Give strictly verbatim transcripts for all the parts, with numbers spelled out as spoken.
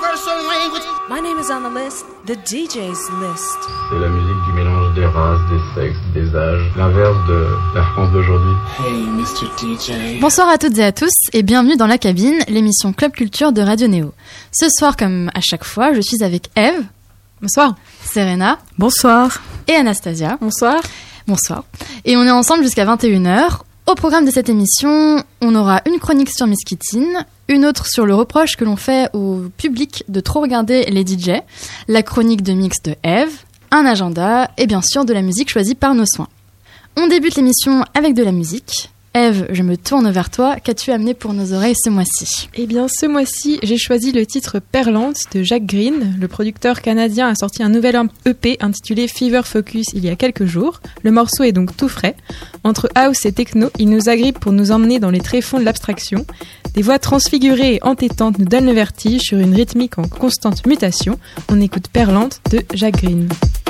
universal language. My name is on the list, the D J's list. C'est la musique du mélange des races, des sexes, des âges, l'inverse de la France d'aujourd'hui. Hey, mister D J. Bonsoir à toutes et à tous et bienvenue dans La Cabine, l'émission Club Culture de Radio Néo. Ce soir, comme à chaque fois, je suis avec Eve. Bonsoir. Serena. Bonsoir. Et Anastasia. Bonsoir. Bonsoir. Et on est ensemble jusqu'à vingt et une heures. Au programme de cette émission, on aura une chronique sur Miss Kittin, une autre sur le reproche que l'on fait au public de trop regarder les D J, la chronique de mix de Eve, un agenda et bien sûr de la musique choisie par nos soins. On débute l'émission avec de la musique. Eve, je me tourne vers toi. Qu'as-tu amené pour nos oreilles ce mois-ci ? Eh bien, ce mois-ci, j'ai choisi le titre Perlante de Jack Green. Le producteur canadien a sorti un nouvel E P intitulé Fever Focus il y a quelques jours. Le morceau est donc tout frais. Entre house et techno, il nous agrippe pour nous emmener dans les tréfonds de l'abstraction. Des voix transfigurées et entêtantes nous donnent le vertige sur une rythmique en constante mutation. On écoute Perlante de Jack Green.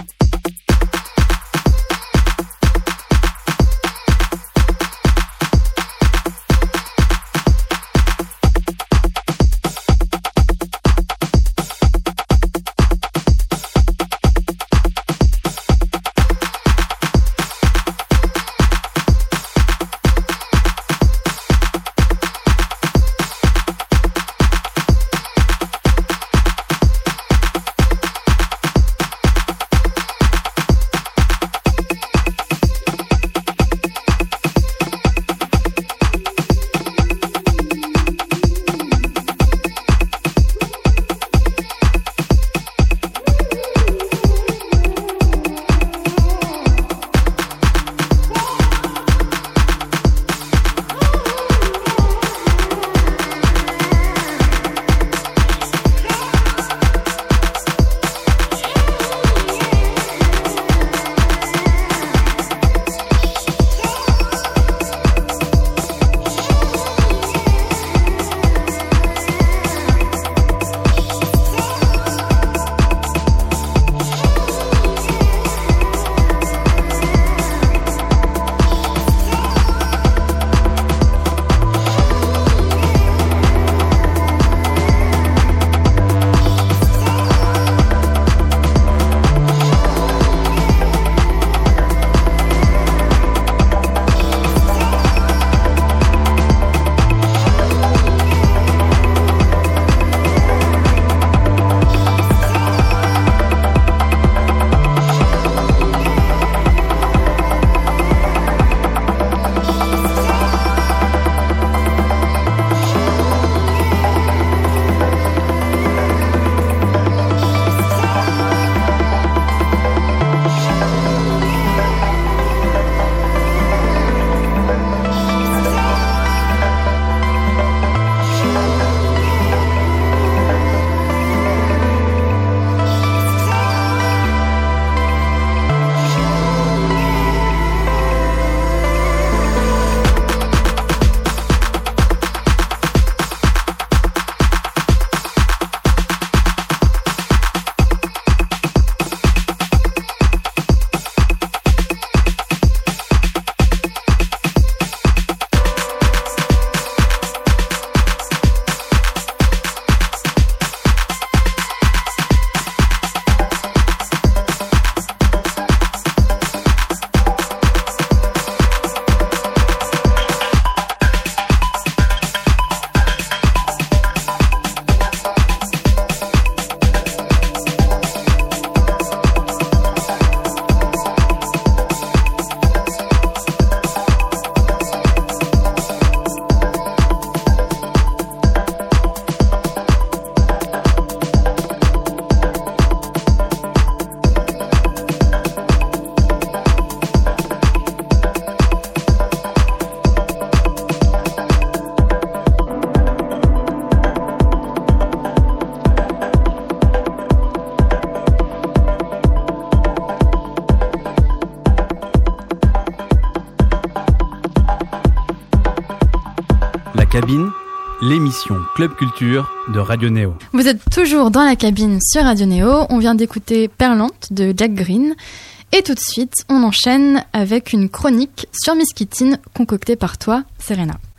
Cabine, l'émission Club Culture de Radio Néo. Vous êtes toujours dans la cabine sur Radio Néo. On vient d'écouter Perlante de Jack Green. Et tout de suite, on enchaîne avec une chronique sur Miss Kittin concoctée par toi, Serena.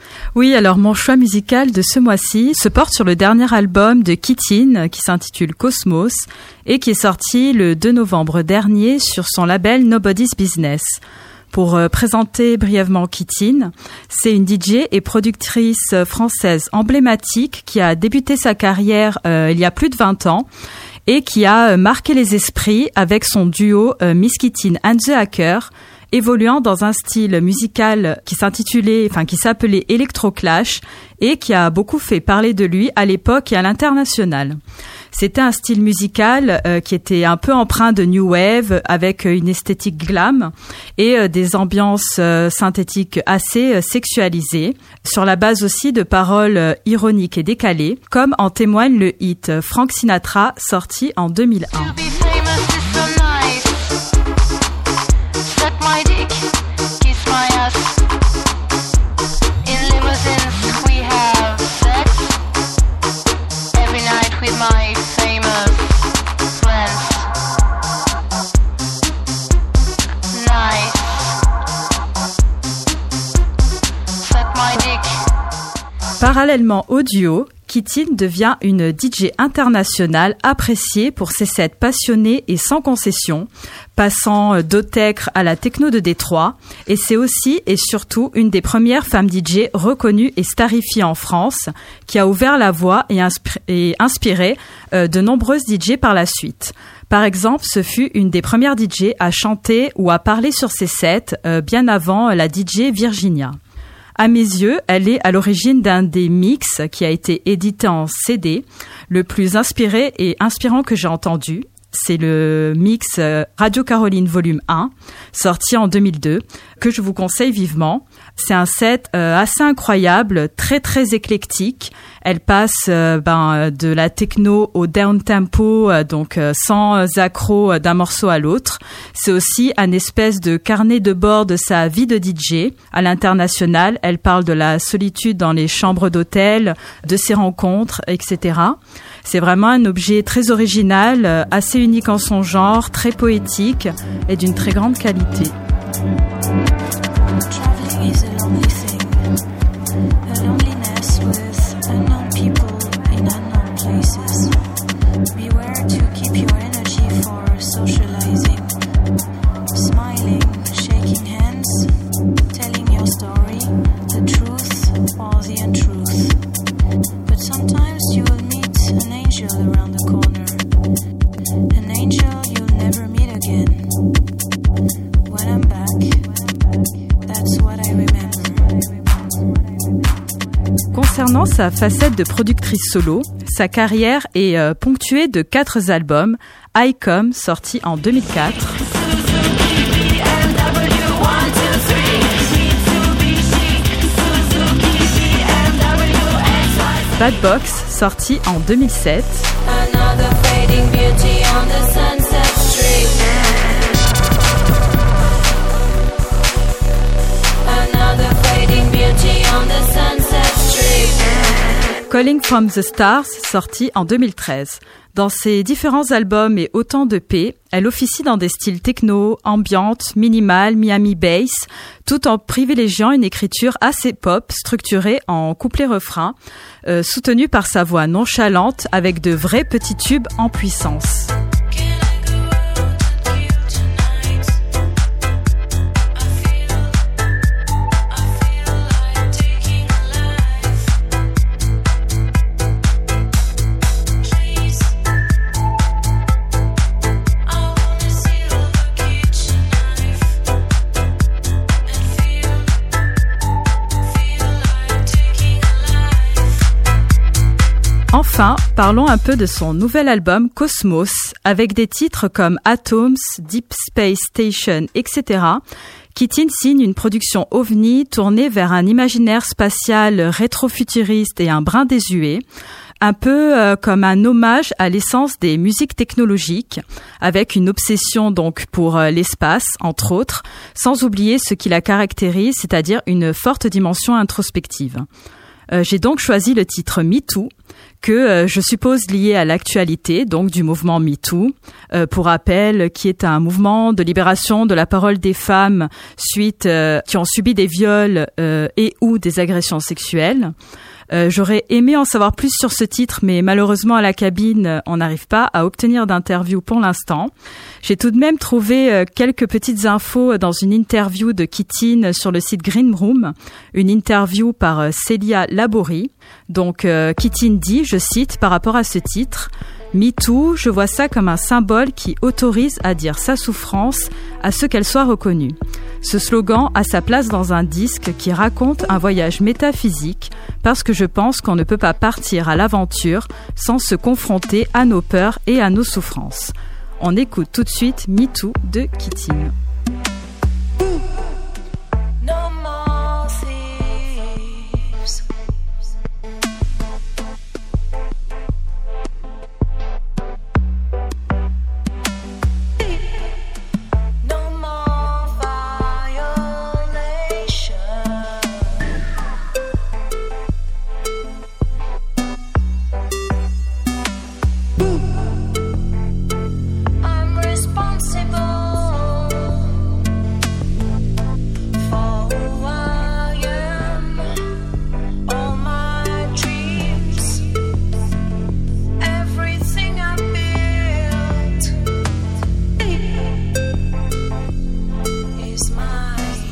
Oui, alors mon choix musical de ce mois-ci se porte sur le dernier album de Kittin qui s'intitule Cosmos et qui est sorti le deux novembre dernier sur son label Nobody's Business. Pour euh, présenter brièvement Kittin, c'est une D J et productrice française emblématique qui a débuté sa carrière euh, il y a plus de vingt ans et qui a euh, marqué les esprits avec son duo euh, Miss Kittin and the Hacker, évoluant dans un style musical qui s'intitulait, enfin qui s'appelait Electroclash et qui a beaucoup fait parler de lui à l'époque et à l'international. C'était un style musical euh, qui était un peu empreint de new wave avec une esthétique glam et euh, des ambiances euh, synthétiques assez euh, sexualisées, sur la base aussi de paroles euh, ironiques et décalées, comme en témoigne le hit Frank Sinatra sorti en deux mille un. My dick, kiss my ass. In limousines we have sex. Every night with my famous friends. Nice. Suck my dick. Parallèlement au duo, Kittin devient une D J internationale appréciée pour ses sets passionnés et sans concession, passant d'Otech à la techno de Détroit, et c'est aussi et surtout une des premières femmes D J reconnues et starifiées en France, qui a ouvert la voie et, insp- et inspiré euh, de nombreuses D J par la suite. Par exemple, ce fut une des premières D J à chanter ou à parler sur ses sets euh, bien avant la D J Virginia. À mes yeux, elle est à l'origine d'un des mix qui a été édité en C D, le plus inspiré et inspirant que j'ai entendu. C'est le mix Radio Caroline Volume un, sorti en deux mille deux, que je vous conseille vivement. C'est un set euh, assez incroyable, très très éclectique. Elle passe euh, ben, de la techno au down tempo, euh, donc euh, sans accro d'un morceau à l'autre. C'est aussi un espèce de carnet de bord de sa vie de D J. À l'international, elle parle de la solitude dans les chambres d'hôtel, de ses rencontres, et cetera. C'est vraiment un objet très original, euh, assez unique en son genre, très poétique et d'une très grande qualité. Traveling is a lonely thing, a loneliness with unknown people in unknown places. Beware to keep your energy for socializing, smiling, shaking hands, telling your story, the truth or the untruth. But sometimes you will meet an angel around the corner, an angel you'll never meet again. When I'm back, that's what I remember. Concernant sa facette de productrice solo, sa carrière est euh, ponctuée de quatre albums, iCom sorti en deux mille quatre, Bad Box sorti en deux mille sept, Calling from the Stars, sorti en deux mille treize. Dans ses différents albums et autant d'E P, elle officie dans des styles techno, ambiante, minimal, Miami bass, tout en privilégiant une écriture assez pop, structurée en couplet-refrain, euh, soutenue par sa voix nonchalante avec de vrais petits tubes en puissance. Enfin, parlons un peu de son nouvel album Cosmos, avec des titres comme Atoms, Deep Space Station, et cetera. Kittin signe une production ovni tournée vers un imaginaire spatial rétro-futuriste et un brin désuet, un peu euh, comme un hommage à l'essence des musiques technologiques, avec une obsession donc pour euh, l'espace, entre autres, sans oublier ce qui la caractérise, c'est-à-dire une forte dimension introspective. Euh, j'ai donc choisi le titre MeToo, que euh, je suppose lié à l'actualité, donc du mouvement MeToo, euh, pour rappel, qui est un mouvement de libération de la parole des femmes suite euh, qui ont subi des viols euh, et ou des agressions sexuelles. Euh, j'aurais aimé en savoir plus sur ce titre, mais malheureusement à la cabine, on n'arrive pas à obtenir d'interview pour l'instant. J'ai tout de même trouvé euh, quelques petites infos dans une interview de Kittin sur le site Green Room, une interview par euh, Célia Laborie. Donc euh, Kittin dit, je cite, par rapport à ce titre, MeToo, je vois ça comme un symbole qui autorise à dire sa souffrance à ce qu'elle soit reconnue. Ce slogan a sa place dans un disque qui raconte un voyage métaphysique parce que je pense qu'on ne peut pas partir à l'aventure sans se confronter à nos peurs et à nos souffrances. On écoute tout de suite MeToo de Kittin. No more thieves. No more violation. I'm responsible for who I am, all my dreams, everything I built is mine.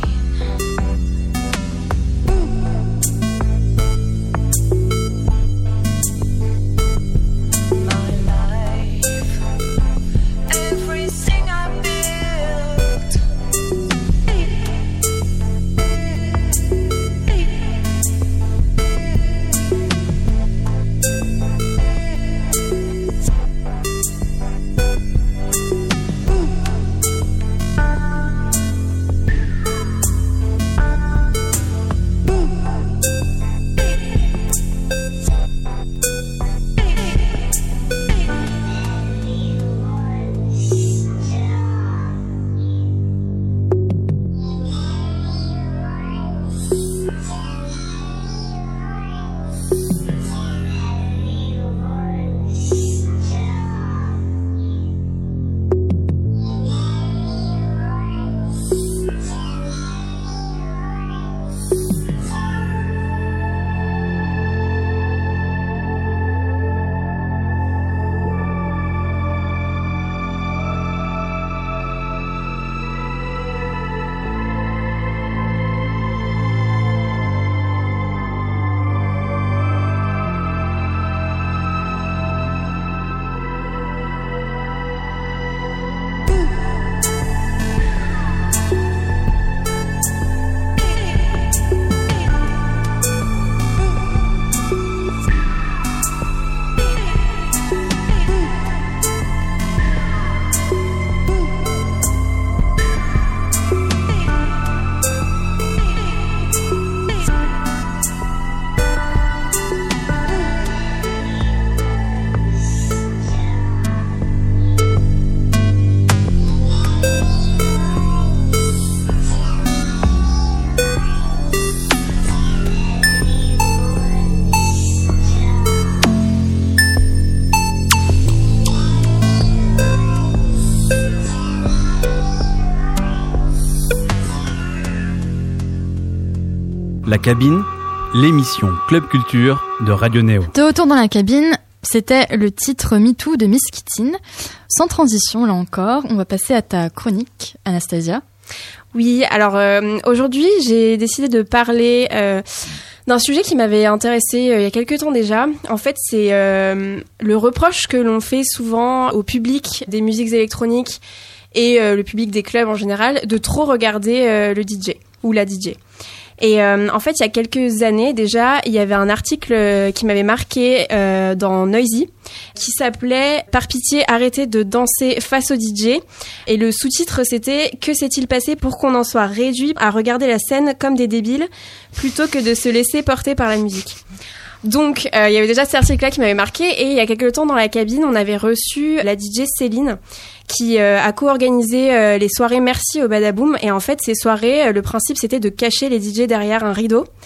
My life, everything I built. La cabine, l'émission Club Culture de Radio Néo. De retour dans la cabine, c'était le titre MeToo de Miss Kittin. Sans transition, là encore, on va passer à ta chronique, Anastasia. Oui, alors euh, aujourd'hui, j'ai décidé de parler euh, d'un sujet qui m'avait intéressée euh, il y a quelques temps déjà. En fait, c'est euh, le reproche que l'on fait souvent au public des musiques électroniques et euh, le public des clubs en général de trop regarder euh, le D J ou la D J. Et euh, en fait, il y a quelques années déjà, il y avait un article euh, qui m'avait marqué euh, dans Noisy qui s'appelait « Par pitié, arrêtez de danser face au D J ». Et le sous-titre, c'était « Que s'est-il passé pour qu'on en soit réduit à regarder la scène comme des débiles plutôt que de se laisser porter par la musique ». Donc, euh, il y avait déjà cet article-là qui m'avait marqué, et il y a quelques temps dans la cabine, on avait reçu la D J Céline, qui euh, a co-organisé euh, les soirées Merci au Badaboom. Et en fait, ces soirées, euh, le principe, c'était de cacher les D J derrière un rideau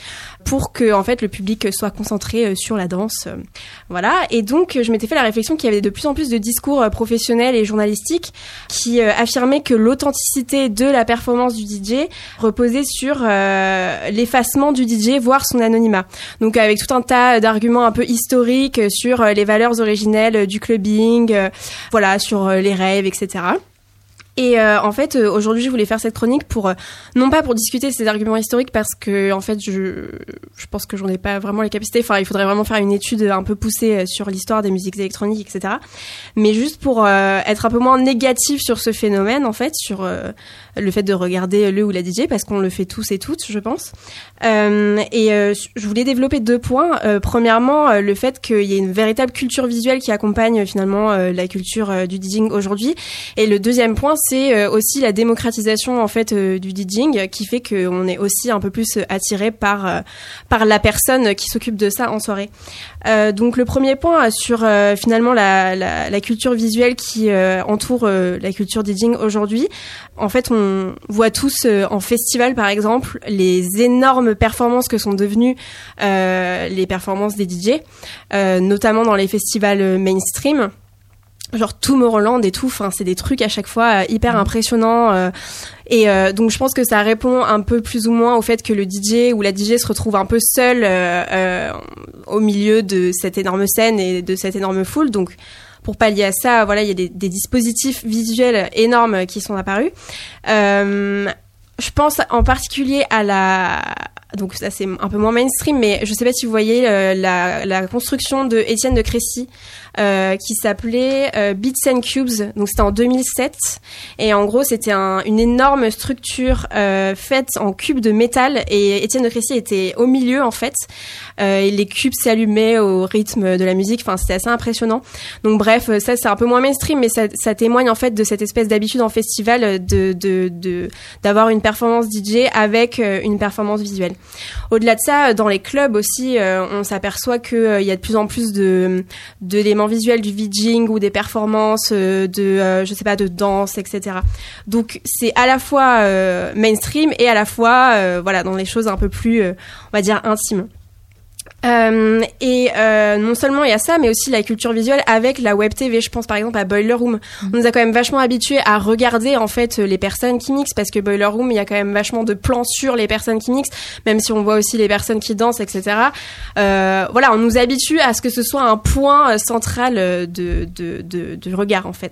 pour que en fait le public soit concentré euh, sur la danse. Euh, voilà. Et donc je m'étais fait la réflexion qu'il y avait de plus en plus de discours euh, professionnels et journalistiques qui euh, affirmaient que l'authenticité de la performance du D J reposait sur euh, l'effacement du D J, voire son anonymat. Donc avec tout un tas d'arguments un peu historiques sur euh, les valeurs originelles du clubbing, euh, voilà, sur euh, les rêves, et cetera. Et euh, en fait, euh, aujourd'hui, je voulais faire cette chronique pour euh, non pas pour discuter ces arguments historiques parce que en fait, je je pense que j'en ai pas vraiment les capacités. Enfin, il faudrait vraiment faire une étude un peu poussée sur l'histoire des musiques électroniques, et cetera. Mais juste pour euh, être un peu moins négatif sur ce phénomène, en fait, sur euh, le fait de regarder le ou la D J, parce qu'on le fait tous et toutes, je pense. Euh, et euh, je voulais développer deux points. Euh, premièrement, euh, le fait qu'il y ait une véritable culture visuelle qui accompagne finalement euh, la culture euh, du DJing aujourd'hui. Et le deuxième point, c'est euh, aussi la démocratisation en fait euh, du DJing, qui fait qu'on est aussi un peu plus attiré par euh, par la personne qui s'occupe de ça en soirée. Euh, donc le premier point sur euh, finalement la, la, la culture visuelle qui euh, entoure euh, la culture DJing aujourd'hui. En fait, on voit tous euh, en festival, par exemple, les énormes performances que sont devenues euh, les performances des D J, euh, notamment dans les festivals mainstream. Genre Tomorrowland et tout, enfin c'est des trucs à chaque fois euh, hyper impressionnants euh, et euh, donc je pense que ça répond un peu plus ou moins au fait que le D J ou la D J se retrouve un peu seul euh, euh, au milieu de cette énorme scène et de cette énorme foule. Donc pour pallier à ça, voilà, il y a des, des dispositifs visuels énormes qui sont apparus. Euh, je pense en particulier à la donc ça c'est un peu moins mainstream, mais je sais pas si vous voyez euh, la, la construction de Étienne de Crécy euh, qui s'appelait euh, Beats and Cubes. Donc c'était en deux mille sept et en gros c'était un, une énorme structure euh, faite en cubes de métal et Étienne de Crécy était au milieu en fait. Euh, et les cubes s'allumaient au rythme de la musique. Enfin c'était assez impressionnant. Donc bref, ça c'est un peu moins mainstream, mais ça, ça témoigne en fait de cette espèce d'habitude en festival de de de d'avoir une performance D J avec euh, une performance visuelle. Au-delà de ça, dans les clubs aussi, euh, on s'aperçoit qu'il euh, y a de plus en plus de d'éléments visuels du VJing ou des performances euh, de, euh, je sais pas, de danse, et cetera. Donc c'est à la fois euh, mainstream et à la fois, euh, voilà, dans les choses un peu plus, euh, on va dire, intimes. Euh, et euh, non seulement il y a ça, mais aussi la culture visuelle avec la web T V. Je pense par exemple à Boiler Room. On nous a quand même vachement habitués à regarder en fait les personnes qui mixent, parce que Boiler Room, il y a quand même vachement de plans sur les personnes qui mixent, même si on voit aussi les personnes qui dansent, et cetera. Euh, voilà, on nous habitue à ce que ce soit un point central de de de, de regard en fait.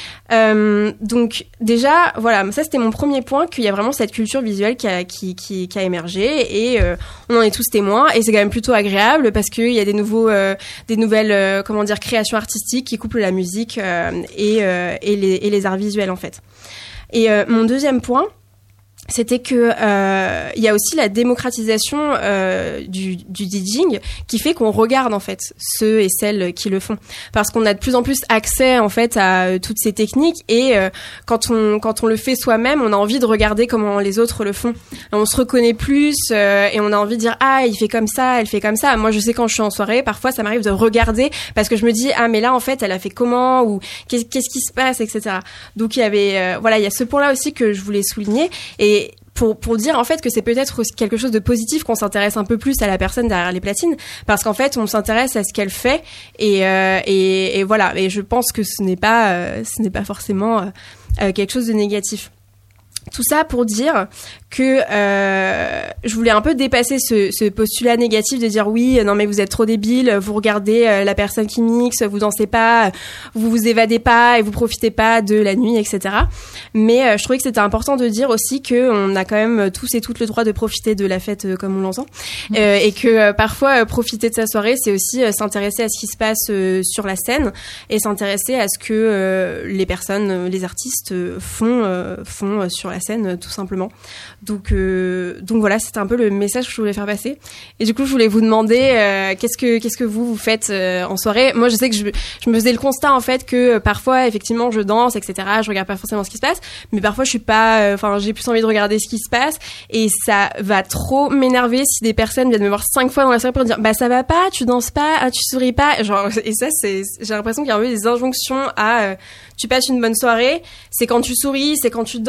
Euh, donc déjà, voilà, ça c'était mon premier point, qu'il y a vraiment cette culture visuelle qui a, qui, qui, qui a émergé et euh, on en est tous témoins et c'est quand même plutôt agréable parce qu'il y a des nouveaux, euh, des nouvelles, euh, comment dire, créations artistiques qui couplent la musique euh, et, euh, et, les, et les arts visuels en fait. Et euh, mon deuxième point, c'était que euh, il y a aussi la démocratisation euh, du, du DJing qui fait qu'on regarde en fait ceux et celles qui le font, parce qu'on a de plus en plus accès en fait à euh, toutes ces techniques et euh, quand on quand on le fait soi-même, on a envie de regarder comment les autres le font. On se reconnaît plus euh, et on a envie de dire ah il fait comme ça, elle fait comme ça. Moi je sais quand je suis en soirée, parfois ça m'arrive de regarder parce que je me dis ah mais là en fait elle a fait comment ou qu'est-ce, qu'est-ce qui se passe, et cetera. Donc il y avait euh, voilà il y a ce point là aussi que je voulais souligner et Pour, pour dire en fait que c'est peut-être quelque chose de positif qu'on s'intéresse un peu plus à la personne derrière les platines, parce qu'en fait on s'intéresse à ce qu'elle fait et, euh, et, et voilà, et je pense que ce n'est pas, euh, ce n'est pas forcément euh, quelque chose de négatif. Tout ça pour dire que euh, je voulais un peu dépasser ce, ce postulat négatif de dire oui, non mais vous êtes trop débile, vous regardez euh, la personne qui mixe, vous dansez pas, vous vous évadez pas et vous profitez pas de la nuit, et cetera. Mais euh, je trouvais que c'était important de dire aussi que on a quand même tous et toutes le droit de profiter de la fête euh, comme on l'entend, euh, et que euh, parfois euh, profiter de sa soirée, c'est aussi euh, s'intéresser à ce qui se passe euh, sur la scène et s'intéresser à ce que euh, les personnes, euh, les artistes euh, font euh, font euh, sur la scène euh, tout simplement. Donc, euh, donc voilà, c'était un peu le message que je voulais faire passer. Et du coup, je voulais vous demander euh, qu'est-ce que qu'est-ce que vous vous faites euh, en soirée. Moi, je sais que je, je me faisais le constat en fait que euh, parfois, effectivement, je danse, et cetera. Je regarde pas forcément ce qui se passe, mais parfois, je suis pas. Enfin, euh, j'ai plus envie de regarder ce qui se passe, et ça va trop m'énerver si des personnes viennent me voir cinq fois dans la soirée pour me dire bah ça va pas, tu danses pas, ah, tu souris pas, genre. Et ça, c'est j'ai l'impression qu'il y a un peu des injonctions à euh, tu passes une bonne soirée, c'est quand tu souris, c'est quand tu danses, c'est quand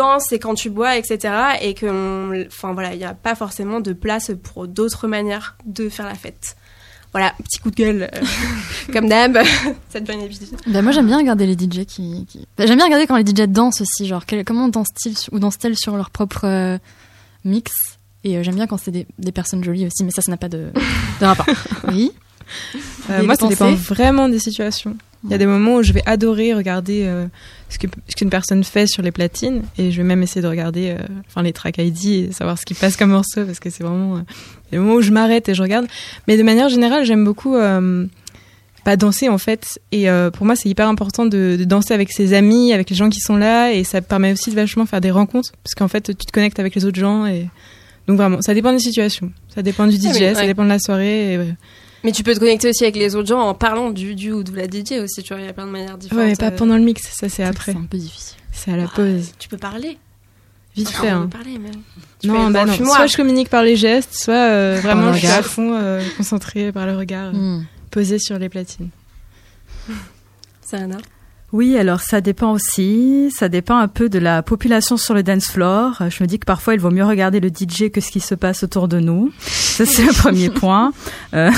quand tu bois, et cetera. Et que, enfin voilà, il n'y a pas forcément de place pour d'autres manières de faire la fête. Voilà, petit coup de gueule, euh, comme d'hab, ça devient une habitude. Bah moi j'aime bien regarder les D J qui... qui... Bah, j'aime bien regarder quand les D J dansent aussi, genre quel... comment dansent-ils ou dansent-elles sur leur propre euh, mix. Et euh, j'aime bien quand c'est des, des personnes jolies aussi, mais ça, ça n'a pas de, de rapport. Oui. Euh, moi, ça dépend vraiment des situations. Il y a des moments où je vais adorer regarder euh, ce, que, ce qu'une personne fait sur les platines, et je vais même essayer de regarder euh, enfin, les track I D et savoir ce qui passe comme morceau, parce que c'est vraiment euh, les moments où je m'arrête et je regarde. Mais de manière générale, j'aime beaucoup euh, pas danser en fait, et euh, pour moi c'est hyper important de, de danser avec ses amis, avec les gens qui sont là, et ça permet aussi de vachement faire des rencontres, parce qu'en fait tu te connectes avec les autres gens, et donc vraiment ça dépend des situations, ça dépend du D J, ah, mais, ça ouais. dépend de la soirée, et ouais. Mais tu peux te connecter aussi avec les autres gens en parlant du, du ou de la D J aussi, tu vois, il y a plein de manières différentes. Ouais, mais pas euh... pendant le mix, ça c'est après. C'est un peu difficile. C'est à la ah, pause. Tu peux parler. Vite enfin, fait. Hein. Parler, même. Tu non, bah non. Soit je communique par les gestes, soit euh, vraiment je suis à fond euh, concentrée par le regard, mm. posé sur les platines. Sana ? Oui, alors ça dépend aussi. Ça dépend un peu de la population sur le dance floor. Je me dis que parfois il vaut mieux regarder le D J que ce qui se passe autour de nous. Ça c'est le premier point. Euh,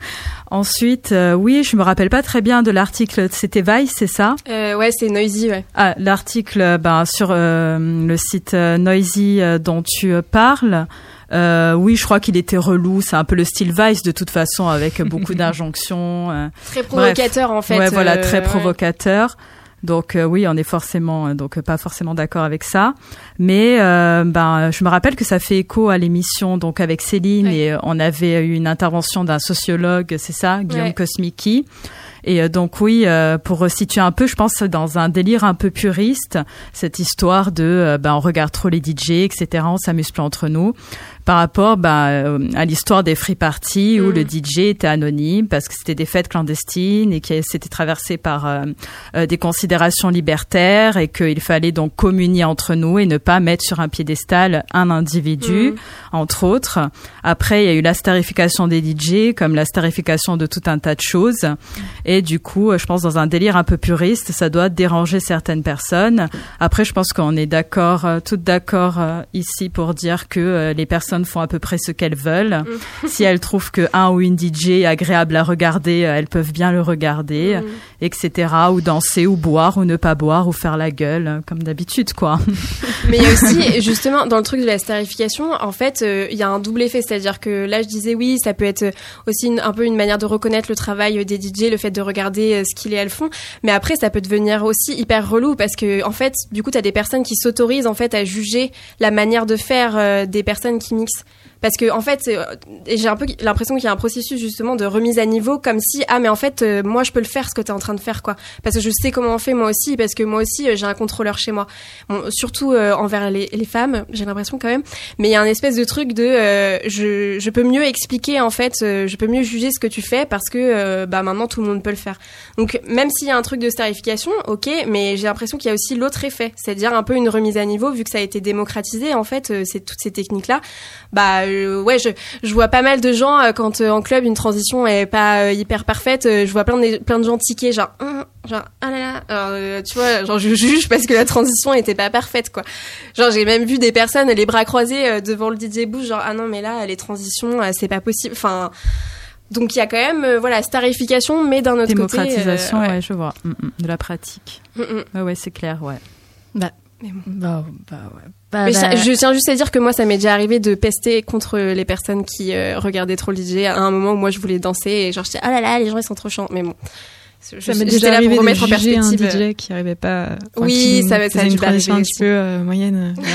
ensuite, euh, oui, je me rappelle pas très bien de l'article. C'était Vice, c'est ça ? euh, Ouais, c'est Noisy, ouais. Ah, l'article, ben sur euh, le site euh, Noisy euh, dont tu euh, parles. Euh, oui, je crois qu'il était relou. C'est un peu le style Vice de toute façon, avec beaucoup d'injonctions. Euh. Très provocateur. Bref. En fait. Ouais, voilà, euh, très ouais. provocateur. Donc euh, oui, on est forcément euh, donc pas forcément d'accord avec ça. Mais euh, ben, je me rappelle que ça fait écho à l'émission donc avec Céline, ouais. et euh, on avait eu une intervention d'un sociologue, c'est ça, Guillaume ouais. Kosmicki. Et euh, donc oui, euh, pour resituer un peu, je pense dans un délire un peu puriste, cette histoire de euh, ben on regarde trop les D J, et cetera. On s'amuse plus entre nous. Par rapport ben, à l'histoire des free parties où mmh. le D J était anonyme parce que c'était des fêtes clandestines et qui s'étaient traversées par euh, euh, des considérations libertaires, et qu'il fallait donc communier entre nous et ne pas mettre sur un piédestal un individu, mmh. entre autres. Après, il y a eu la starification des D J, comme la starification de tout un tas de choses. Et du coup, je pense dans un délire un peu puriste, ça doit déranger certaines personnes. Après, je pense qu'on est d'accord, euh, toutes d'accord euh, ici pour dire que euh, les personnes font à peu près ce qu'elles veulent. Mmh. Si elles trouvent que un ou une D J est agréable à regarder, elles peuvent bien le regarder, mmh. et cetera. Ou danser, ou boire, ou ne pas boire, ou faire la gueule, comme d'habitude, quoi. Mais il y a aussi, justement, dans le truc de la starification, en fait, il euh, y a un double effet. C'est-à-dire que là, je disais, oui, ça peut être aussi une, un peu une manière de reconnaître le travail des D J, le fait de regarder euh, ce qu'ils et elles font. Mais après, ça peut devenir aussi hyper relou parce que, en fait, du coup, t'as des personnes qui s'autorisent, en fait, à juger la manière de faire euh, des personnes qui mixent. Parce que en fait, et j'ai un peu l'impression qu'il y a un processus justement de remise à niveau, comme si ah mais en fait euh, moi je peux le faire ce que t'es en train de faire quoi. Parce que je sais comment on fait moi aussi, parce que moi aussi euh, j'ai un contrôleur chez moi. Bon, surtout euh, envers les, les femmes, j'ai l'impression quand même. Mais il y a un espèce de truc de euh, je je peux mieux expliquer en fait, euh, je peux mieux juger ce que tu fais parce que euh, bah maintenant tout le monde peut le faire. Donc même s'il y a un truc de starification, ok, mais j'ai l'impression qu'il y a aussi l'autre effet, c'est-à-dire un peu une remise à niveau vu que ça a été démocratisé en fait, euh, c'est toutes ces techniques là. Bah Euh, ouais, je, je vois pas mal de gens euh, quand euh, en club une transition est pas euh, hyper parfaite, euh, je vois plein de plein de gens tiquer genre hum, genre ah là là. Alors, euh, tu vois, genre je juge parce que la transition était pas parfaite quoi. Genre j'ai même vu des personnes les bras croisés euh, devant le D J booth genre ah non mais là les transitions euh, c'est pas possible. Enfin donc il y a quand même euh, voilà starification mais d'un autre démocratisation, côté euh, ouais. ouais, je vois. Mm-mm, de la pratique. Mm-mm. Ouais ouais, c'est clair, ouais. Bah mais bon. bah bah ouais. Bah, mais bah... je, je tiens juste à dire que moi, ça m'est déjà arrivé de pester contre les personnes qui euh, regardaient trop le D J à un moment où moi je voulais danser et genre j'étais ah là là les gens ils sont trop chiants. Mais bon, je, ça m'est déjà arrivé de remettre en perspective un D J qui arrivait pas. Oui, qui, ça, ça a une dû transition arriver un petit peu euh, moyenne. Voilà.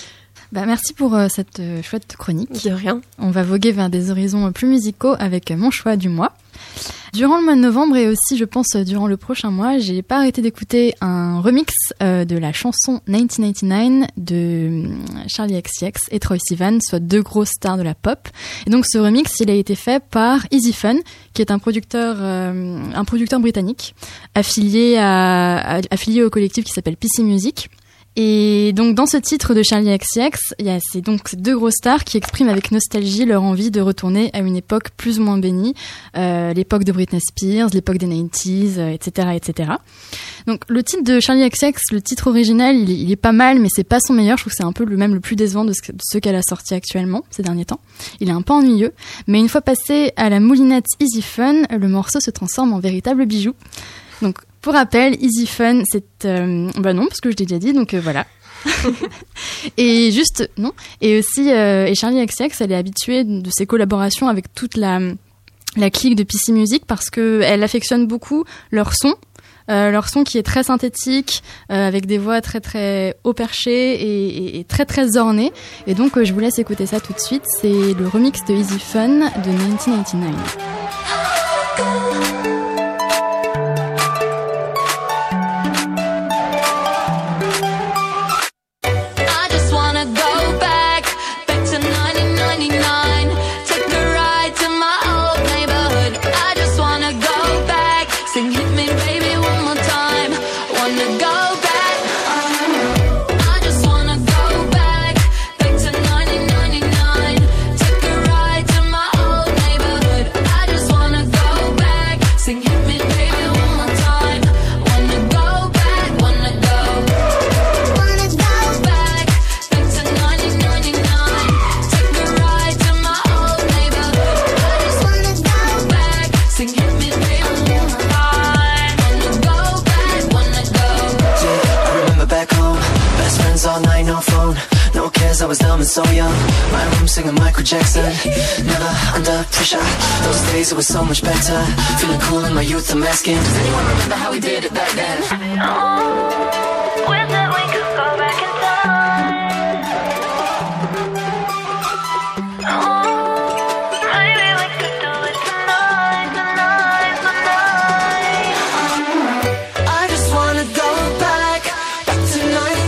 Bah merci pour euh, cette euh, chouette chronique. De rien. On va voguer vers des horizons plus musicaux avec mon choix du mois. Durant le mois de novembre et aussi, je pense, durant le prochain mois, j'ai pas arrêté d'écouter un remix euh, de la chanson dix-neuf cent quatre-vingt-dix-neuf de Charli X C X et Troye Sivan, soit deux grosses stars de la pop. Et donc, ce remix, il a été fait par Easy Fun, qui est un producteur, euh, un producteur britannique affilié à, à affilié au collectif qui s'appelle P C Music. Et donc dans ce titre de Charli X C X, il y a ces, donc, ces deux grosses stars qui expriment avec nostalgie leur envie de retourner à une époque plus ou moins bénie, euh, l'époque de Britney Spears, l'époque des nineties, euh, et cetera, et cetera. Donc le titre de Charli X C X, le titre original, il est, il est pas mal, mais c'est pas son meilleur. Je trouve que c'est un peu le même le plus décevant de ce, de ce qu'elle a sorti actuellement ces derniers temps. Il est un peu ennuyeux, mais une fois passé à la moulinette Easy Fun, le morceau se transforme en véritable bijou. Donc pour rappel, Easy Fun, c'est euh, bah non parce que je l'ai déjà dit, donc euh, voilà. Et juste non. Et aussi, euh, et Charli X C X, elle est habituée de ses collaborations avec toute la la clique de P C Music parce que elle affectionne beaucoup leur son. Euh, leur son qui est très synthétique, euh, avec des voix très très haut perchées et, et, et très très ornées. Et donc euh, je vous laisse écouter ça tout de suite. C'est le remix de Easy Fun de dix-neuf quatre-vingt-dix-neuf. I was dumb and so young. My room singing Michael Jackson. Never under pressure. Those days it was so much better. Feeling cool in my youth, I'm asking, does anyone remember how we did it back then? Oh, wish that we could go back in time. Oh, maybe we could do it tonight, tonight, tonight. I just wanna go back, back tonight.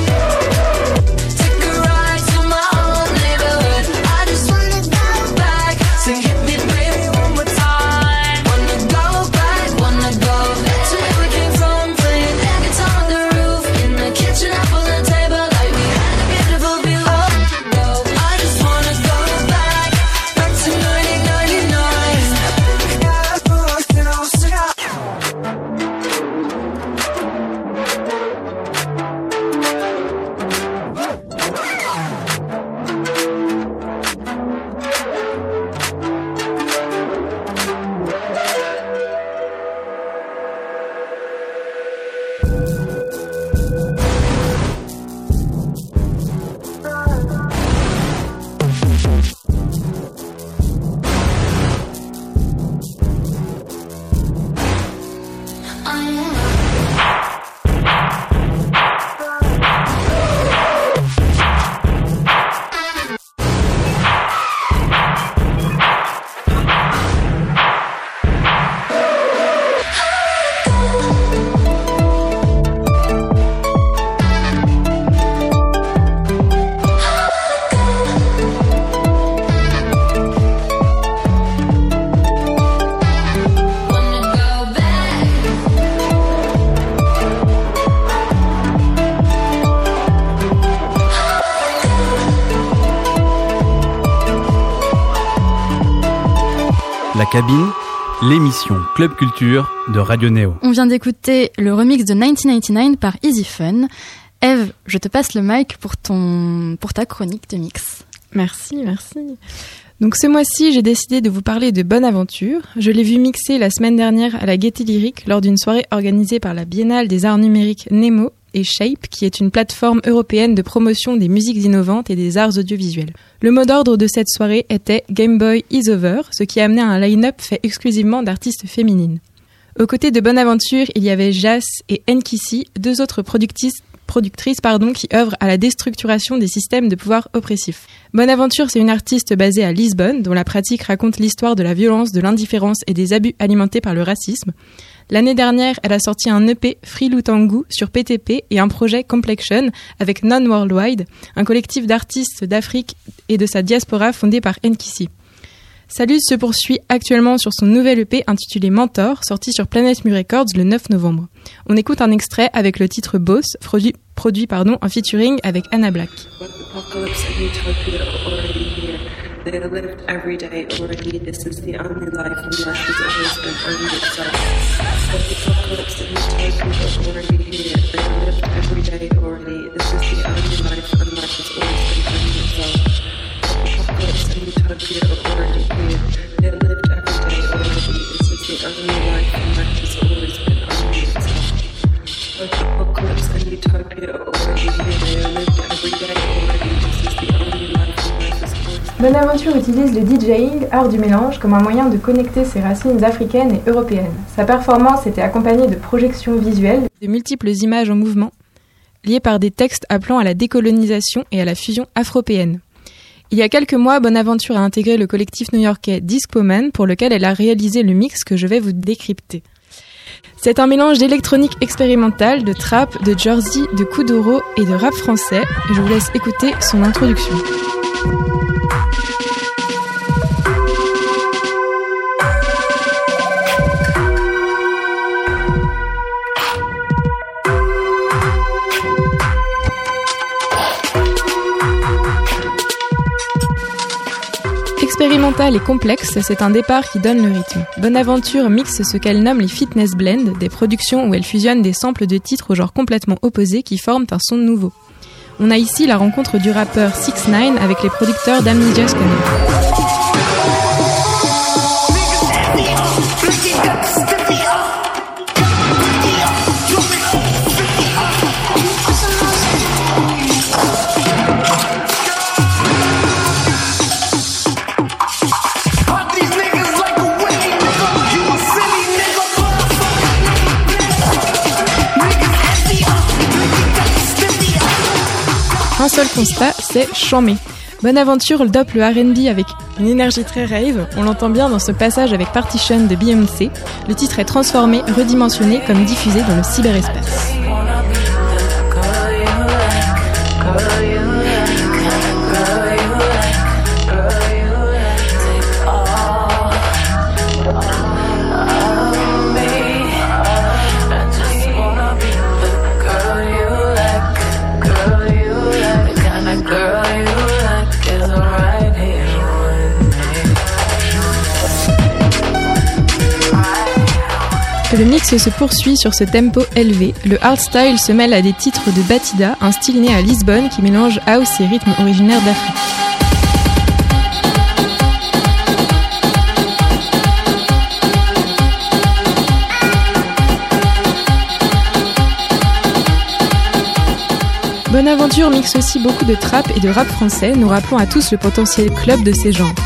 La cabine, l'émission Club Culture de Radio Néo. On vient d'écouter le remix de dix-neuf quatre-vingt-dix-neuf par Easy Fun. Eve, je te passe le mic pour, ton, pour ta chronique de mix. Merci, merci. Donc ce mois-ci, j'ai décidé de vous parler de Bonaventure. Je l'ai vu mixer la semaine dernière à la Gaîté Lyrique lors d'une soirée organisée par la Biennale des Arts Numériques Nemo et Shape, qui est une plateforme européenne de promotion des musiques innovantes et des arts audiovisuels. Le mot d'ordre de cette soirée était Game Boy is Over, ce qui a amené à un line-up fait exclusivement d'artistes féminines. Aux côtés de Bonaventure, il y avait Jas et Nkisi, deux autres productrices, productrices pardon, qui œuvrent à la déstructuration des systèmes de pouvoir oppressifs. Bonaventure, c'est une artiste basée à Lisbonne, dont la pratique raconte l'histoire de la violence, de l'indifférence et des abus alimentés par le racisme. L'année dernière, elle a sorti un E P Free Lutangu sur P T P et un projet Complexion avec Non Worldwide, un collectif d'artistes d'Afrique et de sa diaspora fondé par Nkisi. Sa lutte se poursuit actuellement sur son nouvel E P intitulé Mentor, sorti sur Planet Mu Records le neuf novembre. On écoute un extrait avec le titre Boss, produit, produit pardon, en featuring avec Anna Black. Apocalypse and utopia are already here. They are lived every day already. This is the only life, and life has always been only itself. The apocalypse and utopia are already here. They are lived every day already. This is the only life, and life has always been only itself. The apocalypse and utopia are already here. They are lived every day already. This is the only life, and life has always been only itself. The apocalypse and utopia are already here. They are lived every day already. This is the only life, and life has always been. Bonaventure utilise le DJing, art du mélange, comme un moyen de connecter ses racines africaines et européennes. Sa performance était accompagnée de projections visuelles, de multiples images en mouvement, liées par des textes appelant à la décolonisation et à la fusion afropéenne. Il y a quelques mois, Bonaventure a intégré le collectif new-yorkais Discoman, pour lequel elle a réalisé le mix que je vais vous décrypter. C'est un mélange d'électronique expérimentale, de trap, de jersey, de kuduro et de rap français. Je vous laisse écouter son introduction. Expérimental et complexe, c'est un départ qui donne le rythme. Bonaventure mixe ce qu'elle nomme les fitness blends, des productions où elle fusionne des samples de titres au genre complètement opposés qui forment un son nouveau. On a ici la rencontre du rappeur six ix avec les producteurs d'Amnesia Scanner. Un seul constat, c'est chambé. Bonaventure dope le R and B avec une énergie très rave, on l'entend bien dans ce passage avec Partition de Beyoncé. Le titre est transformé, redimensionné, comme diffusé dans le cyberespace. Le mix se poursuit sur ce tempo élevé. Le hardstyle se mêle à des titres de Batida, un style né à Lisbonne qui mélange house et rythmes originaires d'Afrique. Bonaventure mixe aussi beaucoup de trap et de rap français, nous rappelant à tous le potentiel club de ces genres.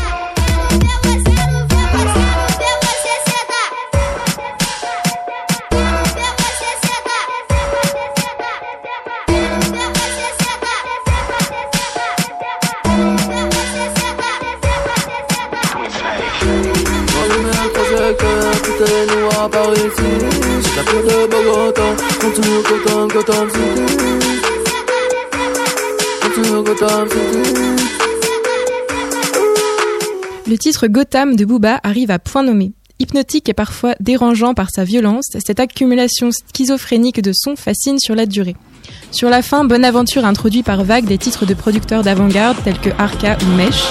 Le titre Gotham de Booba arrive à point nommé. Hypnotique et parfois dérangeant par sa violence, cette accumulation schizophrénique de sons fascine sur la durée. Sur la fin, Bonaventure introduit par vagues des titres de producteurs d'avant-garde tels que Arca ou Mesh.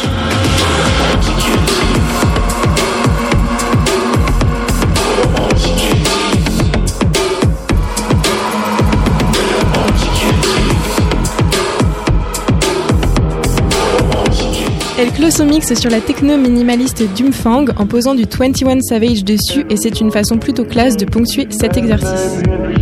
Elle clôt son mix sur la techno minimaliste Dumfang en posant du vingt et un Savage dessus et c'est une façon plutôt classe de ponctuer cet exercice.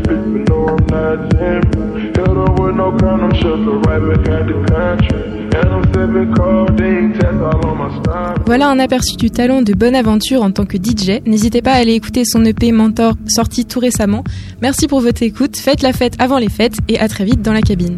Voilà un aperçu du talent de Bonaventure en tant que D J. N'hésitez pas à aller écouter son E P Mentor sorti tout récemment. Merci pour votre écoute, faites la fête avant les fêtes et à très vite dans la cabine.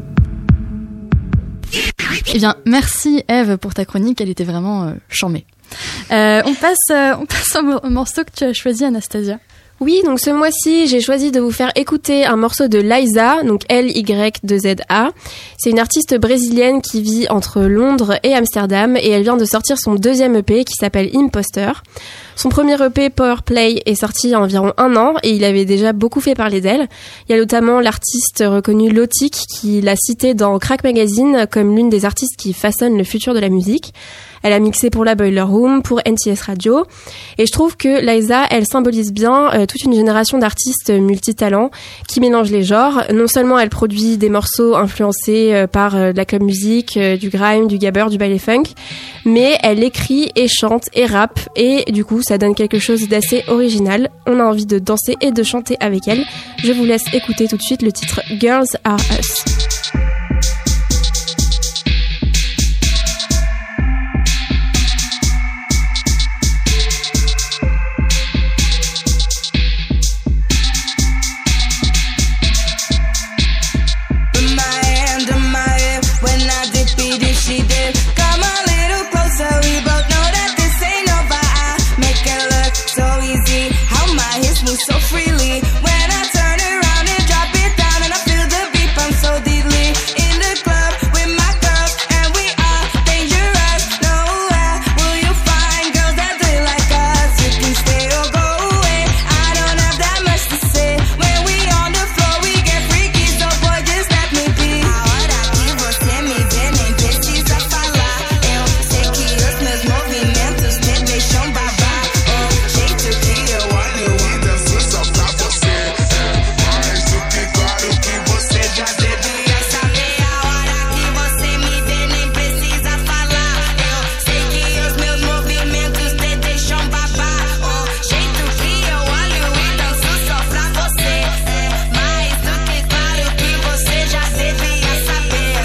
Eh bien, merci Eve pour ta chronique, elle était vraiment euh, charmée. Euh, on passe, euh, on passe au, au morceau que tu as choisi, Anastasia. Oui, donc ce mois-ci, j'ai choisi de vous faire écouter un morceau de Liza, donc L Y deux Z A. C'est une artiste brésilienne qui vit entre Londres et Amsterdam et elle vient de sortir son deuxième E P qui s'appelle Imposter. Son premier E P, Power Play, est sorti il y a environ un an et il avait déjà beaucoup fait parler d'elle. Il y a notamment l'artiste reconnue Lotic qui l'a citée dans Crack Magazine comme l'une des artistes qui façonnent le futur de la musique. Elle a mixé pour la Boiler Room, pour N T S Radio. Et je trouve que Liza, elle symbolise bien euh, toute une génération d'artistes multitalents qui mélangent les genres. Non seulement elle produit des morceaux influencés euh, par euh, de la club music, euh, du grime, du gabber, du ballet funk, mais elle écrit et chante et rappe. Et du coup, ça donne quelque chose d'assez original. On a envie de danser et de chanter avec elle. Je vous laisse écouter tout de suite le titre Girls Are Us. So freely when I turn around and drop it down and I feel the beat pump so deeply in the club with my girls and we are dangerous. Nowhere will you find girls that do it like us. You can stay or go away. I don't have that much to say. When we on the floor we get freaky, so boy just let me be. Ahora que você me vê nem precisa falar. Eu sei que os meus movimentos te deixam babar. O jeito que eu olho só pra você, é mais do que claro que você já devia saber. A hora que você me vê nem precisa falar. Eu sei que os meus movimentos te deixam babar. O jeito que eu olho e danço só pra você, é mais do que claro que você já devia saber.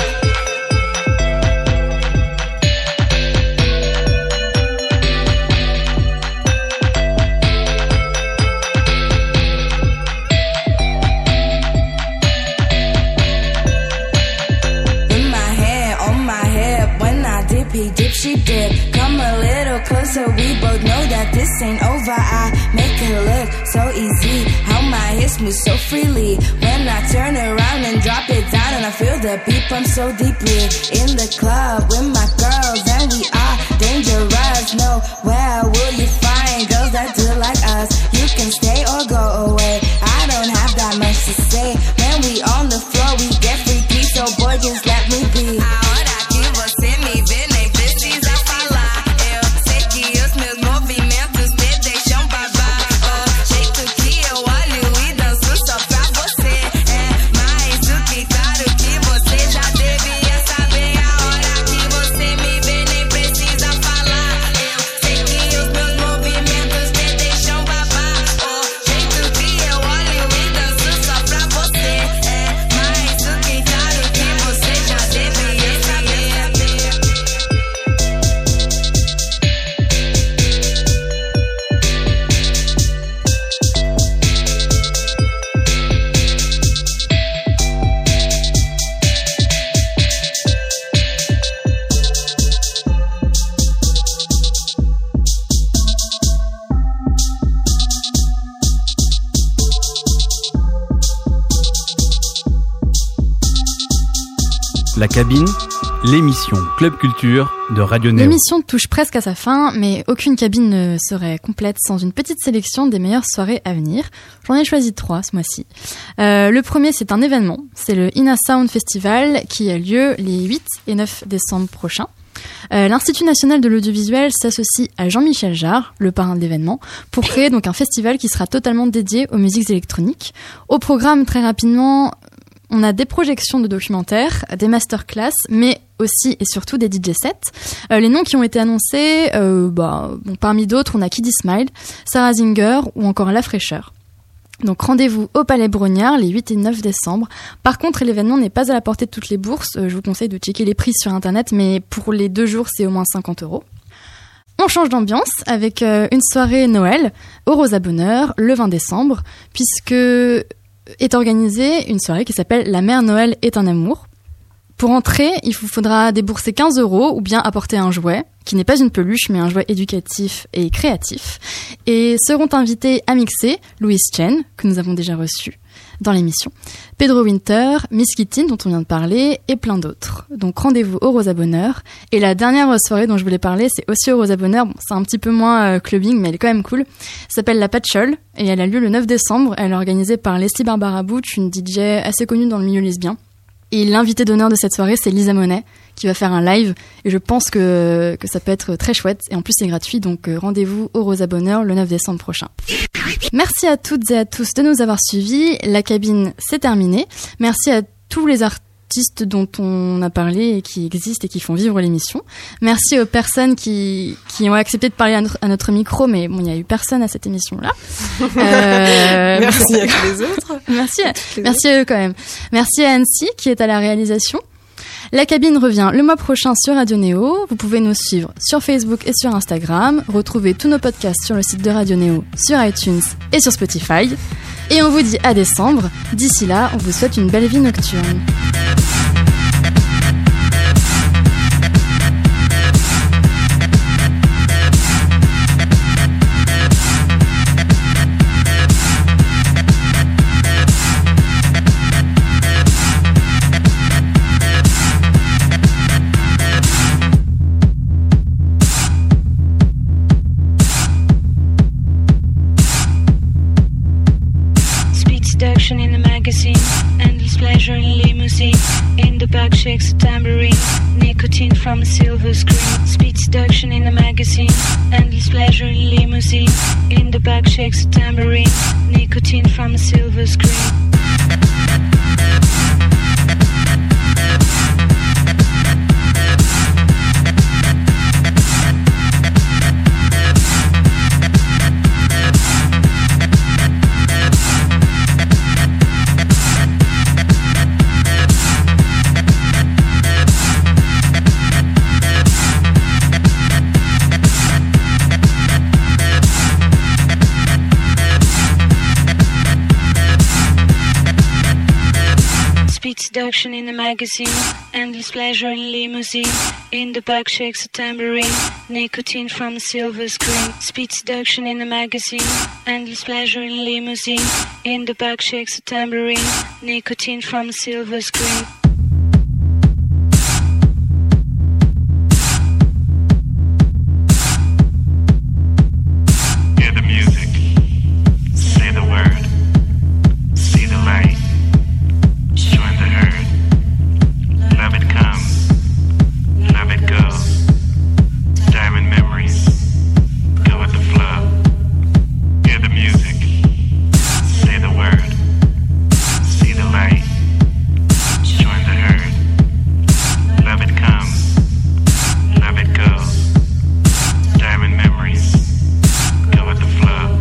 In my head, on my head, when I dip, he dip, she dip. Come a little closer, we both know that this ain't over. I make it look so easy, how my hips move so freely. When I turn around and drop it down and I feel the beat pump so deeply. In the club with my girls and we are dangerous. Nowhere will you find girls that do like us. You can stay or go away. I don't have that much to say. When we on the floor we get freaky, so boy just let me be. Ahora que você me vê nem precisa falar. Eu sei que os meus movimentos te deixam babar. O jeito que eu olho e danço só pra você, é mais do que claro que você já devia saber. A hora que você me vê nem precisa falar. Eu sei que os meus movimentos te deixam babar. O jeito que eu olho e danço só pra você, é mais do que claro que você já devia saber. La cabine, l'émission Club Culture de Radio Néo. L'émission touche presque à sa fin, mais aucune cabine ne serait complète sans une petite sélection des meilleures soirées à venir. J'en ai choisi trois ce mois-ci. Euh, le premier, c'est un événement. C'est le Ina Sound Festival qui a lieu les huit et neuf décembre prochains. Euh, L'Institut national de l'audiovisuel s'associe à Jean-Michel Jarre, le parrain de l'événement, pour créer donc un festival qui sera totalement dédié aux musiques électroniques. Au programme, très rapidement, on a des projections de documentaires, des masterclass, mais aussi et surtout des D J sets. Euh, les noms qui ont été annoncés, euh, bah, bon, parmi d'autres, on a Kiddy Smile, Sarah Zinger ou encore La Fraîcheur. Donc rendez-vous au Palais Brognard les huit et neuf décembre. Par contre, l'événement n'est pas à la portée de toutes les bourses. Euh, je vous conseille de checker les prix sur internet, mais pour les deux jours, c'est au moins cinquante euros. On change d'ambiance avec euh, une soirée Noël au Rosa Bonheur le vingt décembre, puisque est organisée une soirée qui s'appelle La Mère Noël est un amour. Pour entrer, il vous faudra débourser quinze euros ou bien apporter un jouet, qui n'est pas une peluche, mais un jouet éducatif et créatif. Et seront invités à mixer Louise Chen, que nous avons déjà reçu dans l'émission, Pedro Winter, Miss Kittin, dont on vient de parler, et plein d'autres. Donc rendez-vous au Rosa Bonheur. Et la dernière soirée dont je voulais parler, c'est aussi au Rosa Bonheur. Bon, c'est un petit peu moins euh, clubbing, mais elle est quand même cool. Elle s'appelle La Patchole, et elle a lieu le neuf décembre. Elle est organisée par Leslie Barbara Butch, une D J assez connue dans le milieu lesbien. Et l'invité d'honneur de cette soirée, c'est Lisa Monet, qui va faire un live. Et je pense que, que ça peut être très chouette. Et en plus, c'est gratuit. Donc, euh, rendez-vous au Rosa Bonheur le neuf décembre prochain. Merci à toutes et à tous de nous avoir suivis. La cabine, c'est terminé. Merci à tous les artistes dont on a parlé et qui existent et qui font vivre l'émission. Merci aux personnes qui, qui ont accepté de parler à notre, à notre micro. Mais bon, il n'y a eu personne à cette émission-là. Euh, merci à tous les autres. Merci à, merci à eux quand même. Merci à Annecy qui est à la réalisation. La cabine revient le mois prochain sur Radio Néo. Vous pouvez nous suivre sur Facebook et sur Instagram. Retrouvez tous nos podcasts sur le site de Radio Néo, sur iTunes et sur Spotify. Et on vous dit à décembre. D'ici là, on vous souhaite une belle vie nocturne. Seduction in the magazine, endless pleasure in limousine. In the back shakes a tambourine, nicotine from a silver screen. Speed seduction in the magazine, endless pleasure in limousine. In the back shakes a tambourine, nicotine from a silver screen. Seduction in the magazine, endless pleasure in limousine. In the back shakes a tambourine, nicotine from a silver screen. Speed seduction in the magazine, endless pleasure in limousine. In the back shakes a tambourine, nicotine from a silver screen. Hear the music, say the word, see the light. Join the herd. Love it comes, love it goes. Diamond memories, go with the flow. Hear the music, say the word, see the light. Join the herd. Love it comes, love it goes. Diamond memories, go with the flow.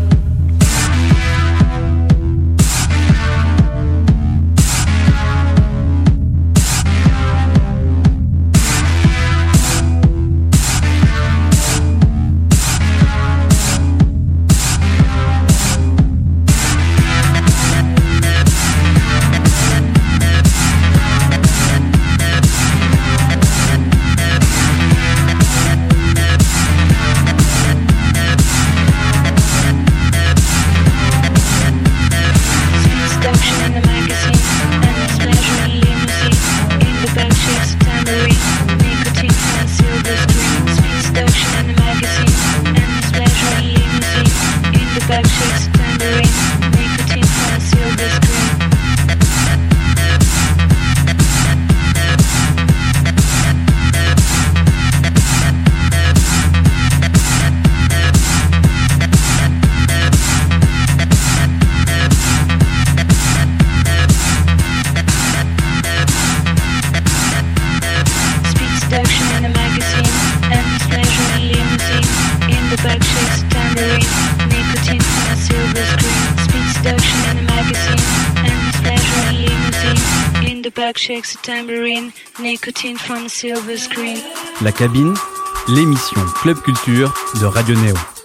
Shakes a tambourine, nicotine from a silver screen. La cabine, l'émission Club Culture de Radio Néo.